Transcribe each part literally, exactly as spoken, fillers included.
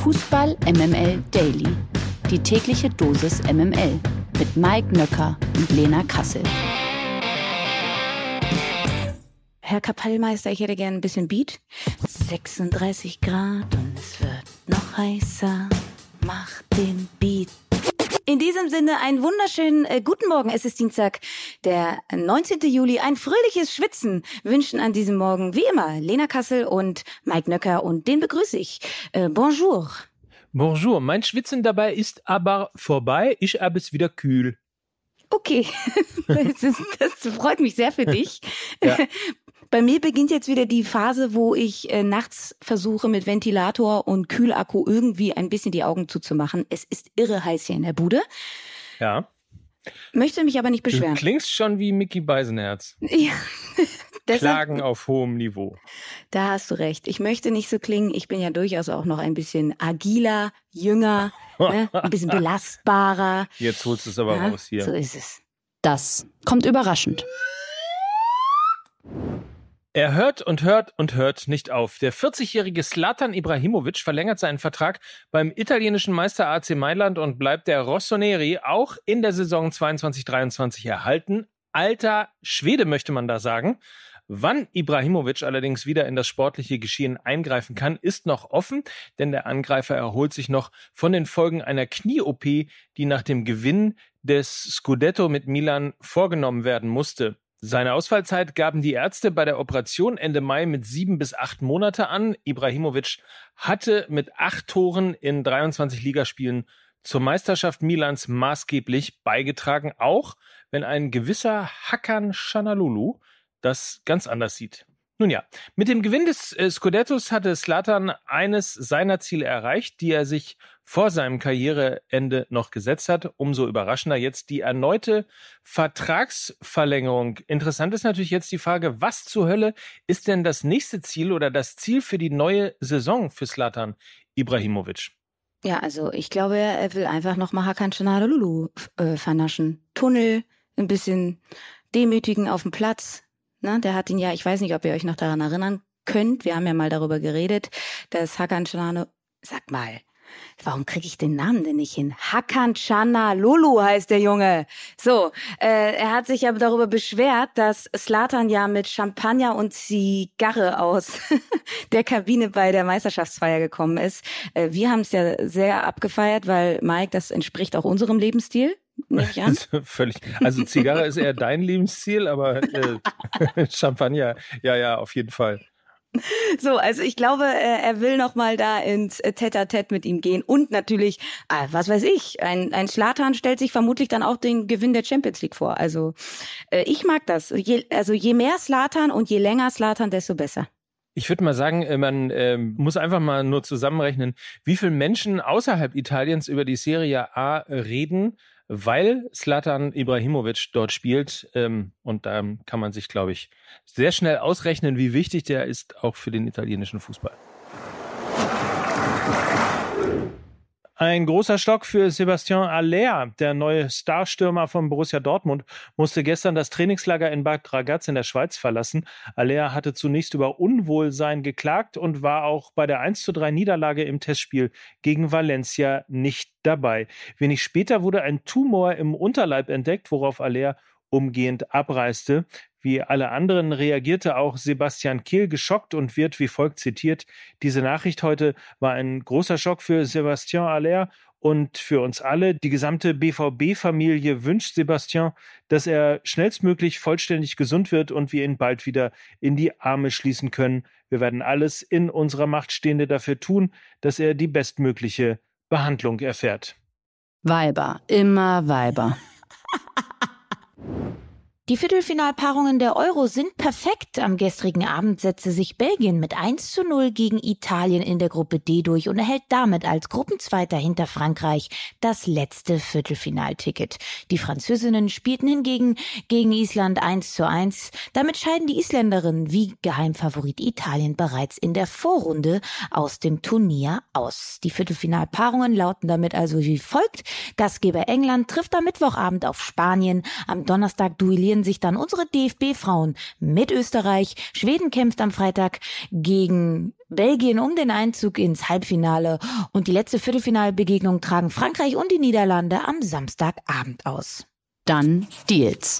Fußball M M L Daily. Die tägliche Dosis M M L mit Mike Nöcker und Lena Kassel. Herr Kapellmeister, ich hätte gerne ein bisschen Beat. sechsunddreißig Grad und es wird noch heißer. Mach den Beat. In diesem Sinne einen wunderschönen äh, guten Morgen. Es ist Dienstag, der neunzehnten Juli. Ein fröhliches Schwitzen wünschen an diesem Morgen wie immer Lena Kassel und Mike Nöcker. Und den begrüße ich. Äh, bonjour. Bonjour. Mein Schwitzen dabei ist aber vorbei. Ich habe es wieder kühl. Okay, das, ist, das freut mich sehr für dich. Ja. Bei mir beginnt jetzt wieder die Phase, wo ich äh, nachts versuche, mit Ventilator und Kühlakku irgendwie ein bisschen die Augen zuzumachen. Es ist irre heiß hier in der Bude. Ja. Möchte mich aber nicht beschweren. Du klingst schon wie Micky Beisenherz. Ja. Klagen auf hohem Niveau. Da hast du recht. Ich möchte nicht so klingen. Ich bin ja durchaus auch noch ein bisschen agiler, jünger, ne? Ein bisschen belastbarer. Jetzt holst du es aber ja, raus hier. So ist es. Das kommt überraschend. Er hört und hört und hört nicht auf. Der vierzigjährige Zlatan Ibrahimovic verlängert seinen Vertrag beim italienischen Meister A C Mailand und bleibt der Rossoneri auch in der Saison zweiundzwanzig dreiundzwanzig erhalten. Alter Schwede, möchte man da sagen. Wann Ibrahimovic allerdings wieder in das sportliche Geschehen eingreifen kann, ist noch offen, denn der Angreifer erholt sich noch von den Folgen einer Knie-O P, die nach dem Gewinn des Scudetto mit Milan vorgenommen werden musste. Seine Ausfallzeit gaben die Ärzte bei der Operation Ende Mai mit sieben bis acht Monate an. Ibrahimovic hatte mit acht Toren in dreiundzwanzig Ligaspielen zur Meisterschaft Milans maßgeblich beigetragen, auch wenn ein gewisser Hakan Çalhanoğlu das ganz anders sieht. Nun ja, mit dem Gewinn des äh, Scudettos hatte Zlatan eines seiner Ziele erreicht, die er sich vor seinem Karriereende noch gesetzt hat. Umso überraschender jetzt die erneute Vertragsverlängerung. Interessant ist natürlich jetzt die Frage, was zur Hölle ist denn das nächste Ziel oder das Ziel für die neue Saison für Zlatan Ibrahimovic? Ja, also ich glaube, er will einfach nochmal Hakan Çalhanoğlu äh, vernaschen. Tunnel, ein bisschen demütigen auf dem Platz. Na, der hat ihn ja, ich weiß nicht, ob ihr euch noch daran erinnern könnt, wir haben ja mal darüber geredet, dass Hakan Çalhanoğlu, sag mal, warum kriege ich den Namen denn nicht hin? Hakan Çalhanoğlu heißt der Junge. So, äh, er hat sich aber darüber beschwert, dass Zlatan ja mit Champagner und Zigarre aus der Kabine bei der Meisterschaftsfeier gekommen ist. Äh, wir haben es ja sehr abgefeiert, weil Mike, das entspricht auch unserem Lebensstil. Nicht an? Völlig. Also Zigarre ist eher dein Lebensziel, aber äh, Champagner, ja, ja, auf jeden Fall. So, also ich glaube, er will noch mal da ins Tête-à-Tête mit ihm gehen und natürlich, ah, was weiß ich, ein, ein Zlatan stellt sich vermutlich dann auch den Gewinn der Champions League vor. Also äh, ich mag das. Je, also je mehr Zlatan und je länger Zlatan, desto besser. Ich würde mal sagen, man äh, muss einfach mal nur zusammenrechnen, wie viele Menschen außerhalb Italiens über die Serie A reden, weil Zlatan Ibrahimovic dort spielt. Ähm, und da kann man sich, glaube ich, sehr schnell ausrechnen, wie wichtig der ist, auch für den italienischen Fußball. Ein großer Stock für Sébastien Haller, der neue Starstürmer von Borussia Dortmund, musste gestern das Trainingslager in Bad Ragaz in der Schweiz verlassen. Haller hatte zunächst über Unwohlsein geklagt und war auch bei der eins zu drei Niederlage im Testspiel gegen Valencia nicht dabei. Wenig später wurde ein Tumor im Unterleib entdeckt, worauf Haller umgehend abreiste. Wie alle anderen reagierte auch Sebastian Kehl geschockt und wird wie folgt zitiert: Diese Nachricht heute war ein großer Schock für Sébastien Haller und für uns alle. Die gesamte B V B-Familie wünscht Sébastien, dass er schnellstmöglich vollständig gesund wird und wir ihn bald wieder in die Arme schließen können. Wir werden alles in unserer Macht Stehende dafür tun, dass er die bestmögliche Behandlung erfährt. Weiber, immer Weiber. Die Viertelfinalpaarungen der Euro sind perfekt. Am gestrigen Abend setzte sich Belgien mit eins zu null gegen Italien in der Gruppe D durch und erhält damit als Gruppenzweiter hinter Frankreich das letzte Viertelfinalticket. Die Französinnen spielten hingegen gegen Island eins zu eins. Damit scheiden die Isländerinnen wie Geheimfavorit Italien bereits in der Vorrunde aus dem Turnier aus. Die Viertelfinalpaarungen lauten damit also wie folgt: Gastgeber England trifft am Mittwochabend auf Spanien. Am Donnerstag duellieren qualifizieren sich dann unsere D F B-Frauen mit Österreich. Schweden kämpft am Freitag gegen Belgien um den Einzug ins Halbfinale. Und die letzte Viertelfinalbegegnung tragen Frankreich und die Niederlande am Samstagabend aus. Dann Deals.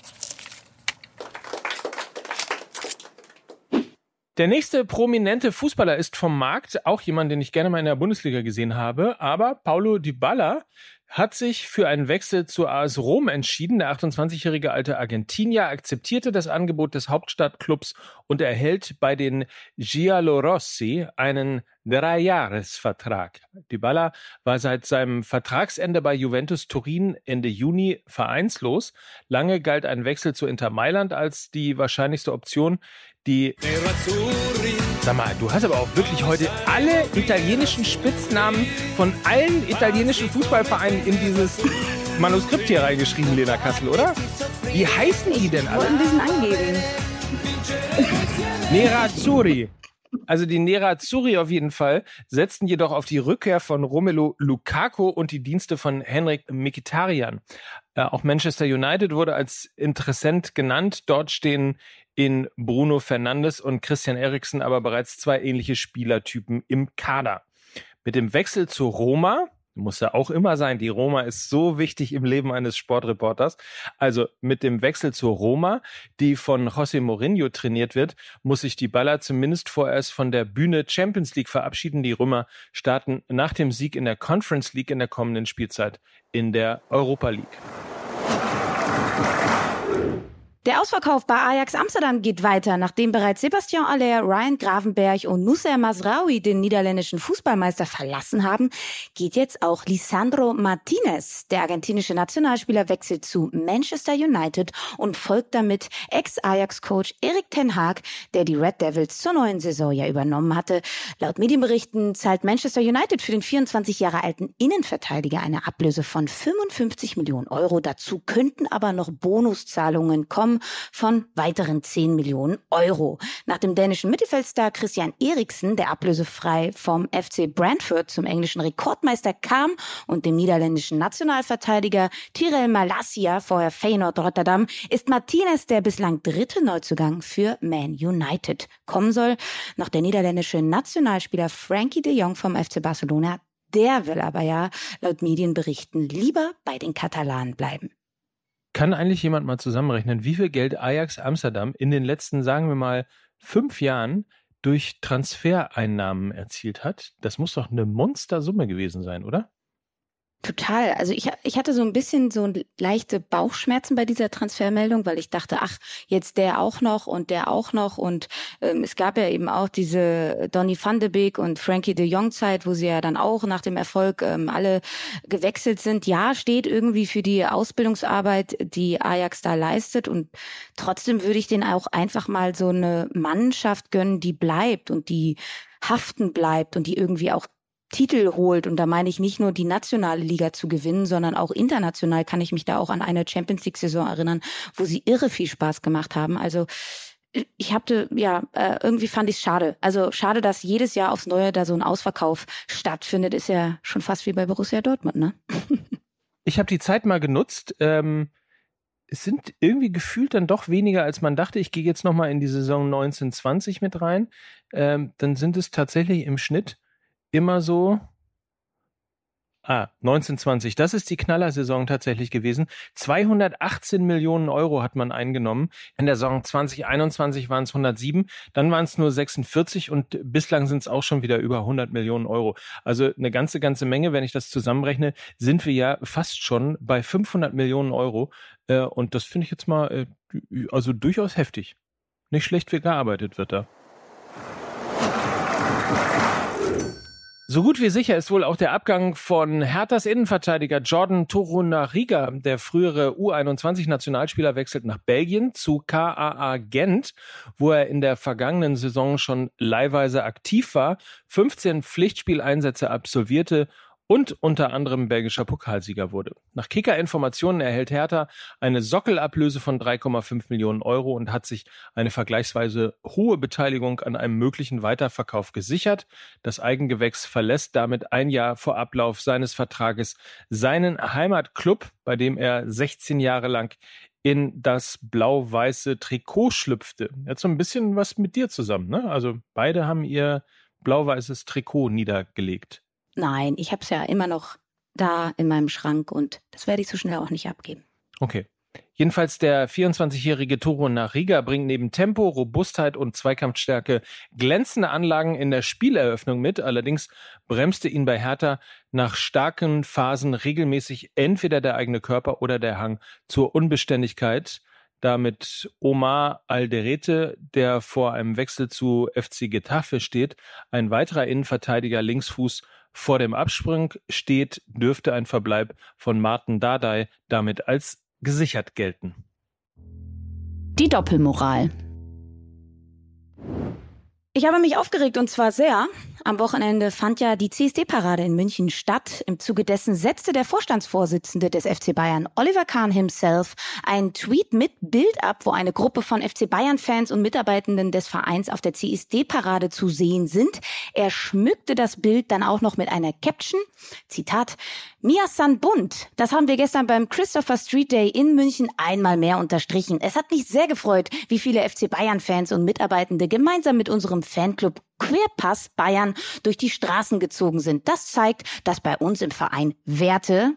Der nächste prominente Fußballer ist vom Markt, auch jemand, den ich gerne mal in der Bundesliga gesehen habe, aber Paulo Dybala hat sich für einen Wechsel zu A S Rom entschieden. Der achtundzwanzigjährige alte Argentinier akzeptierte das Angebot des Hauptstadtklubs und erhält bei den Giallorossi einen Dreijahresvertrag. Dybala war seit seinem Vertragsende bei Juventus Turin Ende Juni vereinslos. Lange galt ein Wechsel zu Inter Mailand als die wahrscheinlichste Option. Die Sag mal, du hast aber auch wirklich heute alle italienischen Spitznamen von allen italienischen Fußballvereinen in dieses Manuskript hier reingeschrieben, Lena Kassel, oder? Wie heißen die denn alle? Ich wollte ein bisschen angeben. Nerazzurri. Also die Nerazzurri auf jeden Fall setzten jedoch auf die Rückkehr von Romelu Lukaku und die Dienste von Henrik Mkhitaryan. Äh, auch Manchester United wurde als Interessent genannt. Dort stehen in Bruno Fernandes und Christian Eriksen aber bereits zwei ähnliche Spielertypen im Kader. Mit dem Wechsel zu Roma, muss ja auch immer sein, die Roma ist so wichtig im Leben eines Sportreporters, also mit dem Wechsel zu Roma, die von José Mourinho trainiert wird, muss sich Dybala zumindest vorerst von der Bühne Champions League verabschieden. Die Römer starten nach dem Sieg in der Conference League in der kommenden Spielzeit in der Europa League. Der Ausverkauf bei Ajax Amsterdam geht weiter. Nachdem bereits Sebastian Haller, Ryan Gravenberch und Noussair Mazraoui den niederländischen Fußballmeister verlassen haben, geht jetzt auch Lisandro Martinez. Der argentinische Nationalspieler wechselt zu Manchester United und folgt damit Ex-Ajax-Coach Erik ten Hag, der die Red Devils zur neuen Saison ja übernommen hatte. Laut Medienberichten zahlt Manchester United für den vierundzwanzig Jahre alten Innenverteidiger eine Ablöse von fünfundfünfzig Millionen Euro. Dazu könnten aber noch Bonuszahlungen kommen von weiteren zehn Millionen Euro. Nach dem dänischen Mittelfeldstar Christian Eriksen, der ablösefrei vom F C Brentford zum englischen Rekordmeister kam, und dem niederländischen Nationalverteidiger Tyrell Malacia, vorher Feyenoord Rotterdam, ist Martinez der bislang dritte Neuzugang für Man United. Kommen soll noch der niederländische Nationalspieler Frankie de Jong vom F C Barcelona. Der will aber ja, laut Medienberichten, lieber bei den Katalanen bleiben. Kann eigentlich jemand mal zusammenrechnen, wie viel Geld Ajax Amsterdam in den letzten, sagen wir mal, fünf Jahren durch Transfereinnahmen erzielt hat? Das muss doch eine Monstersumme gewesen sein, oder? Total. Also ich, ich hatte so ein bisschen so leichte Bauchschmerzen bei dieser Transfermeldung, weil ich dachte, ach, jetzt der auch noch und der auch noch. Und ähm, es gab ja eben auch diese Donny van de Beek und Frankie de Jong Zeit, wo sie ja dann auch nach dem Erfolg ähm, alle gewechselt sind. Ja, steht irgendwie für die Ausbildungsarbeit, die Ajax da leistet. Und trotzdem würde ich denen auch einfach mal so eine Mannschaft gönnen, die bleibt und die haften bleibt und die irgendwie auch Titel holt. Und da meine ich nicht nur die nationale Liga zu gewinnen, sondern auch international kann ich mich da auch an eine Champions League Saison erinnern, wo sie irre viel Spaß gemacht haben. Also ich hatte, ja, irgendwie fand ich es schade. Also schade, dass jedes Jahr aufs Neue da so ein Ausverkauf stattfindet, ist ja schon fast wie bei Borussia Dortmund, ne? Ich habe die Zeit mal genutzt. Ähm, es sind irgendwie gefühlt dann doch weniger, als man dachte. Ich gehe jetzt nochmal in die Saison neunzehn zwanzig mit rein. Ähm, dann sind es tatsächlich im Schnitt immer so, ah, neunzehn zwanzig, das ist die Knallersaison tatsächlich gewesen. zweihundertachtzehn Millionen Euro hat man eingenommen. In der Saison zwanzig einundzwanzig waren es hundertsieben, dann waren es nur sechsundvierzig und bislang sind es auch schon wieder über hundert Millionen Euro. Also eine ganze, ganze Menge, wenn ich das zusammenrechne, sind wir ja fast schon bei fünfhundert Millionen Euro. Und das finde ich jetzt mal, also durchaus heftig. Nicht schlecht, wie gearbeitet wird da. So gut wie sicher ist wohl auch der Abgang von Herthas Innenverteidiger Jordan Torunariga. Der frühere U einundzwanzig-Nationalspieler wechselt nach Belgien zu K A A Gent, wo er in der vergangenen Saison schon leihweise aktiv war, fünfzehn Pflichtspieleinsätze absolvierte und unter anderem belgischer Pokalsieger wurde. Nach Kicker-Informationen erhält Hertha eine Sockelablöse von drei Komma fünf Millionen Euro und hat sich eine vergleichsweise hohe Beteiligung an einem möglichen Weiterverkauf gesichert. Das Eigengewächs verlässt damit ein Jahr vor Ablauf seines Vertrages seinen Heimatclub, bei dem er sechzehn Jahre lang in das blau-weiße Trikot schlüpfte. Jetzt so ein bisschen was mit dir zusammen, ne? Also beide haben ihr blau-weißes Trikot niedergelegt. Nein, ich habe es ja immer noch da in meinem Schrank und das werde ich so schnell auch nicht abgeben. Okay. Jedenfalls der vierundzwanzigjährige Toro Narriga bringt neben Tempo, Robustheit und Zweikampfstärke glänzende Anlagen in der Spieleröffnung mit. Allerdings bremste ihn bei Hertha nach starken Phasen regelmäßig entweder der eigene Körper oder der Hang zur Unbeständigkeit. Damit Omar Alderete, der vor einem Wechsel zu F C Getafe steht, ein weiterer Innenverteidiger Linksfuß vor dem Absprung steht, dürfte ein Verbleib von Martin Dardai damit als gesichert gelten. Die Doppelmoral. Ich habe mich aufgeregt und zwar sehr. Am Wochenende fand ja die C S D-Parade in München statt. Im Zuge dessen setzte der Vorstandsvorsitzende des F C Bayern, Oliver Kahn himself, einen Tweet mit Bild ab, wo eine Gruppe von F C Bayern-Fans und Mitarbeitenden des Vereins auf der C S D-Parade zu sehen sind. Er schmückte das Bild dann auch noch mit einer Caption, Zitat, Mia San Bunt, das haben wir gestern beim Christopher Street Day in München einmal mehr unterstrichen. Es hat mich sehr gefreut, wie viele F C Bayern-Fans und Mitarbeitende gemeinsam mit unserem Fanclub Queerpass Bayern durch die Straßen gezogen sind. Das zeigt, dass bei uns im Verein Werte,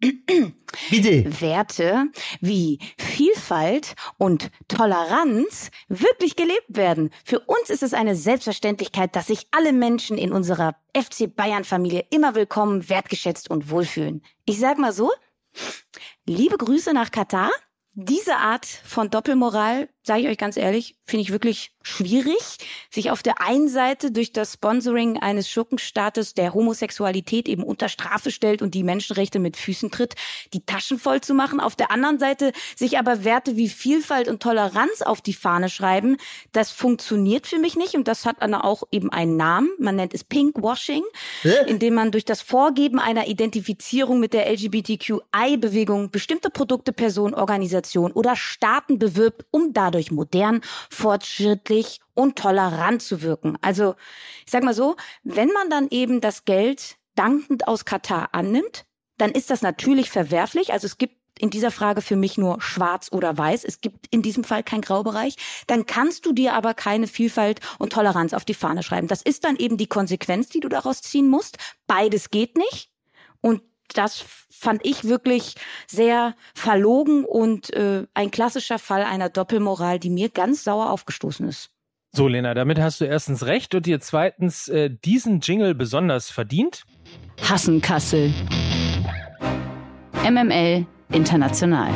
Bitte. Werte wie Vielfalt und Toleranz wirklich gelebt werden. Für uns ist es eine Selbstverständlichkeit, dass sich alle Menschen in unserer F C Bayern-Familie immer willkommen, wertgeschätzt und wohlfühlen. Ich sag mal so, liebe Grüße nach Katar. Diese Art von Doppelmoral, sage ich euch ganz ehrlich, finde ich wirklich schwierig, sich auf der einen Seite durch das Sponsoring eines Schurkenstaates, der Homosexualität eben unter Strafe stellt und die Menschenrechte mit Füßen tritt, die Taschen voll zu machen, auf der anderen Seite sich aber Werte wie Vielfalt und Toleranz auf die Fahne schreiben. Das funktioniert für mich nicht und das hat dann auch eben einen Namen, man nennt es Pinkwashing, äh? indem man durch das Vorgeben einer Identifizierung mit der L G B T Q I-Bewegung bestimmte Produkte, Personen, Organisationen oder Staaten bewirbt, um dadurch modern, fortschrittlich und tolerant zu wirken. Also, ich sag mal so, wenn man dann eben das Geld dankend aus Katar annimmt, dann ist das natürlich verwerflich. Also es gibt in dieser Frage für mich nur schwarz oder weiß. Es gibt in diesem Fall keinen Graubereich. Dann kannst du dir aber keine Vielfalt und Toleranz auf die Fahne schreiben. Das ist dann eben die Konsequenz, die du daraus ziehen musst. Beides geht nicht. Und das fand ich wirklich sehr verlogen und äh, ein klassischer Fall einer Doppelmoral, die mir ganz sauer aufgestoßen ist. So, Lena, damit hast du erstens recht und dir zweitens äh, diesen Jingle besonders verdient. Hassen Kassel. M M L International.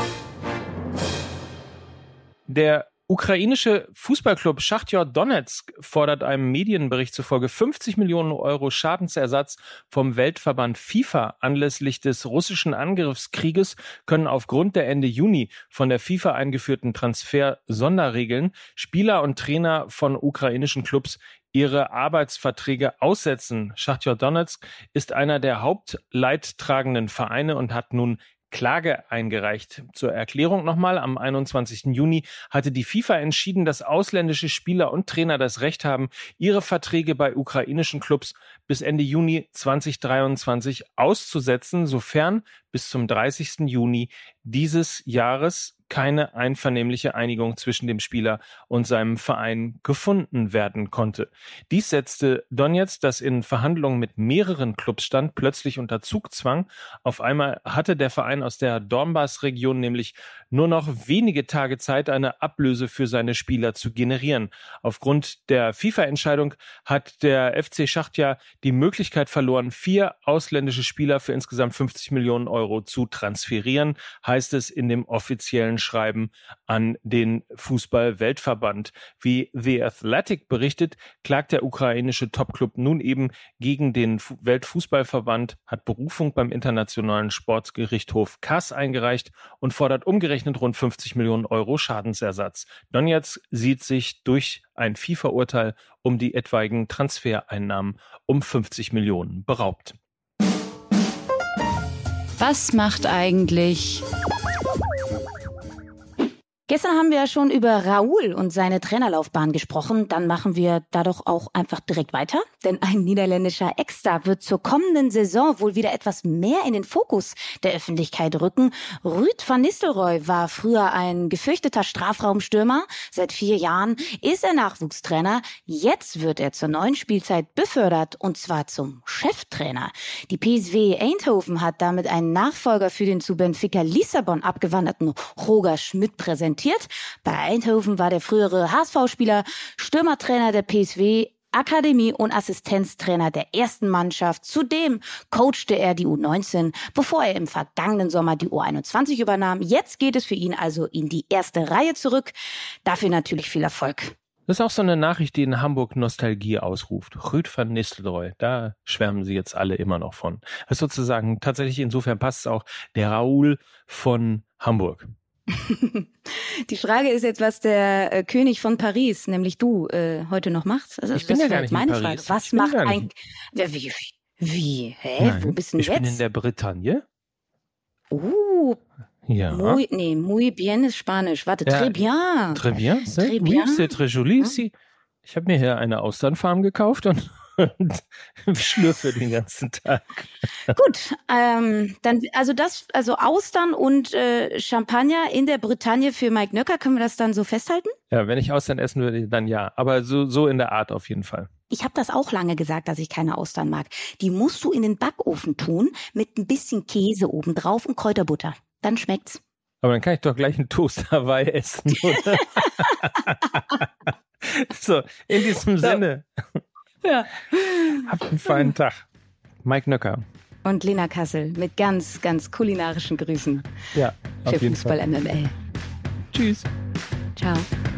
Der ukrainische Fußballclub Schachtjor Donezk fordert einem Medienbericht zufolge fünfzig Millionen Euro Schadensersatz vom Weltverband FIFA. Anlässlich des russischen Angriffskrieges können aufgrund der Ende Juni von der FIFA eingeführten Transfer-Sonderregeln Spieler und Trainer von ukrainischen Clubs ihre Arbeitsverträge aussetzen. Schachtjor Donezk ist einer der hauptleidtragenden Vereine und hat nun Klage eingereicht. Zur Erklärung nochmal, am einundzwanzigsten Juni hatte die FIFA entschieden, dass ausländische Spieler und Trainer das Recht haben, ihre Verträge bei ukrainischen Clubs bis Ende Juni zweitausenddreiundzwanzig auszusetzen, sofern bis zum dreißigsten Juni dieses Jahres keine einvernehmliche Einigung zwischen dem Spieler und seinem Verein gefunden werden konnte. Dies setzte Donetsk, das in Verhandlungen mit mehreren Clubs stand, plötzlich unter Zugzwang. Auf einmal hatte der Verein aus der Donbass-Region nämlich nur noch wenige Tage Zeit, eine Ablöse für seine Spieler zu generieren. Aufgrund der FIFA-Entscheidung hat der F C Schachtja die Möglichkeit verloren, vier ausländische Spieler für insgesamt fünfzig Millionen Euro zu transferieren, heißt es in dem offiziellen Schreiben an den Fußball-Weltverband. Wie The Athletic berichtet, klagt der ukrainische Topclub nun eben gegen den Weltfußballverband, hat Berufung beim Internationalen Sportgerichtshof K A S eingereicht und fordert umgerechnet rund fünfzig Millionen Euro Schadensersatz. Donetsk sieht sich durch ein FIFA-Urteil um die etwaigen Transfereinnahmen um fünfzig Millionen beraubt. Was macht eigentlich Gestern haben wir ja schon über Raúl und seine Trainerlaufbahn gesprochen. Dann machen wir da doch auch einfach direkt weiter. Denn ein niederländischer Ex-Star wird zur kommenden Saison wohl wieder etwas mehr in den Fokus der Öffentlichkeit rücken. Ruud van Nistelrooy war früher ein gefürchteter Strafraumstürmer. Seit vier Jahren ist er Nachwuchstrainer. Jetzt wird er zur neuen Spielzeit befördert, und zwar zum Cheftrainer. Die P S V Eindhoven hat damit einen Nachfolger für den zu Benfica Lissabon abgewanderten Roger Schmidt präsentiert. Bei Eindhoven war der frühere H S V-Spieler Stürmertrainer der P S V, Akademie- und Assistenztrainer der ersten Mannschaft. Zudem coachte er die U neunzehn, bevor er im vergangenen Sommer die U einundzwanzig übernahm. Jetzt geht es für ihn also in die erste Reihe zurück. Dafür natürlich viel Erfolg. Das ist auch so eine Nachricht, die in Hamburg Nostalgie ausruft. Ruud van Nistelrooy, da schwärmen sie jetzt alle immer noch von. Das ist sozusagen, tatsächlich insofern passt es auch, der Raúl von Hamburg. Die Frage ist jetzt, was der äh, König von Paris, nämlich du, äh, heute noch macht. Also, ich bin ja gar nicht meine in Paris. Frage. Was ich bin macht gar ein... nicht. Wie, wie, wie? Hä? Nein, Wo bist du denn ich jetzt? Ich bin in der Bretagne. Uh, ja. Muy, nee, muy bien ist Spanisch. Warte, Ja, très bien. Très bien, c'est, Très oui, bien. c'est très joli ici. Ich habe mir hier eine Austernfarm gekauft und, und schlürfe den ganzen Tag. Gut, ähm, dann also das, also Austern und äh, Champagner in der Bretagne für Mike Nöcker, können wir das dann so festhalten? Ja, wenn ich Austern essen würde, dann ja. Aber so, so in der Art auf jeden Fall. Ich habe das auch lange gesagt, dass ich keine Austern mag. Die musst du in den Backofen tun mit ein bisschen Käse obendrauf und Kräuterbutter. Dann schmeckt's. Aber dann kann ich doch gleich einen Toast Hawaii essen, oder? So, in diesem So. Sinne. Ja. Habt einen feinen Tag. Mike Nöcker. Und Lena Kassel mit ganz, ganz kulinarischen Grüßen Ja, auf für jeden Fußball Fall. M M L. Tschüss. Ciao.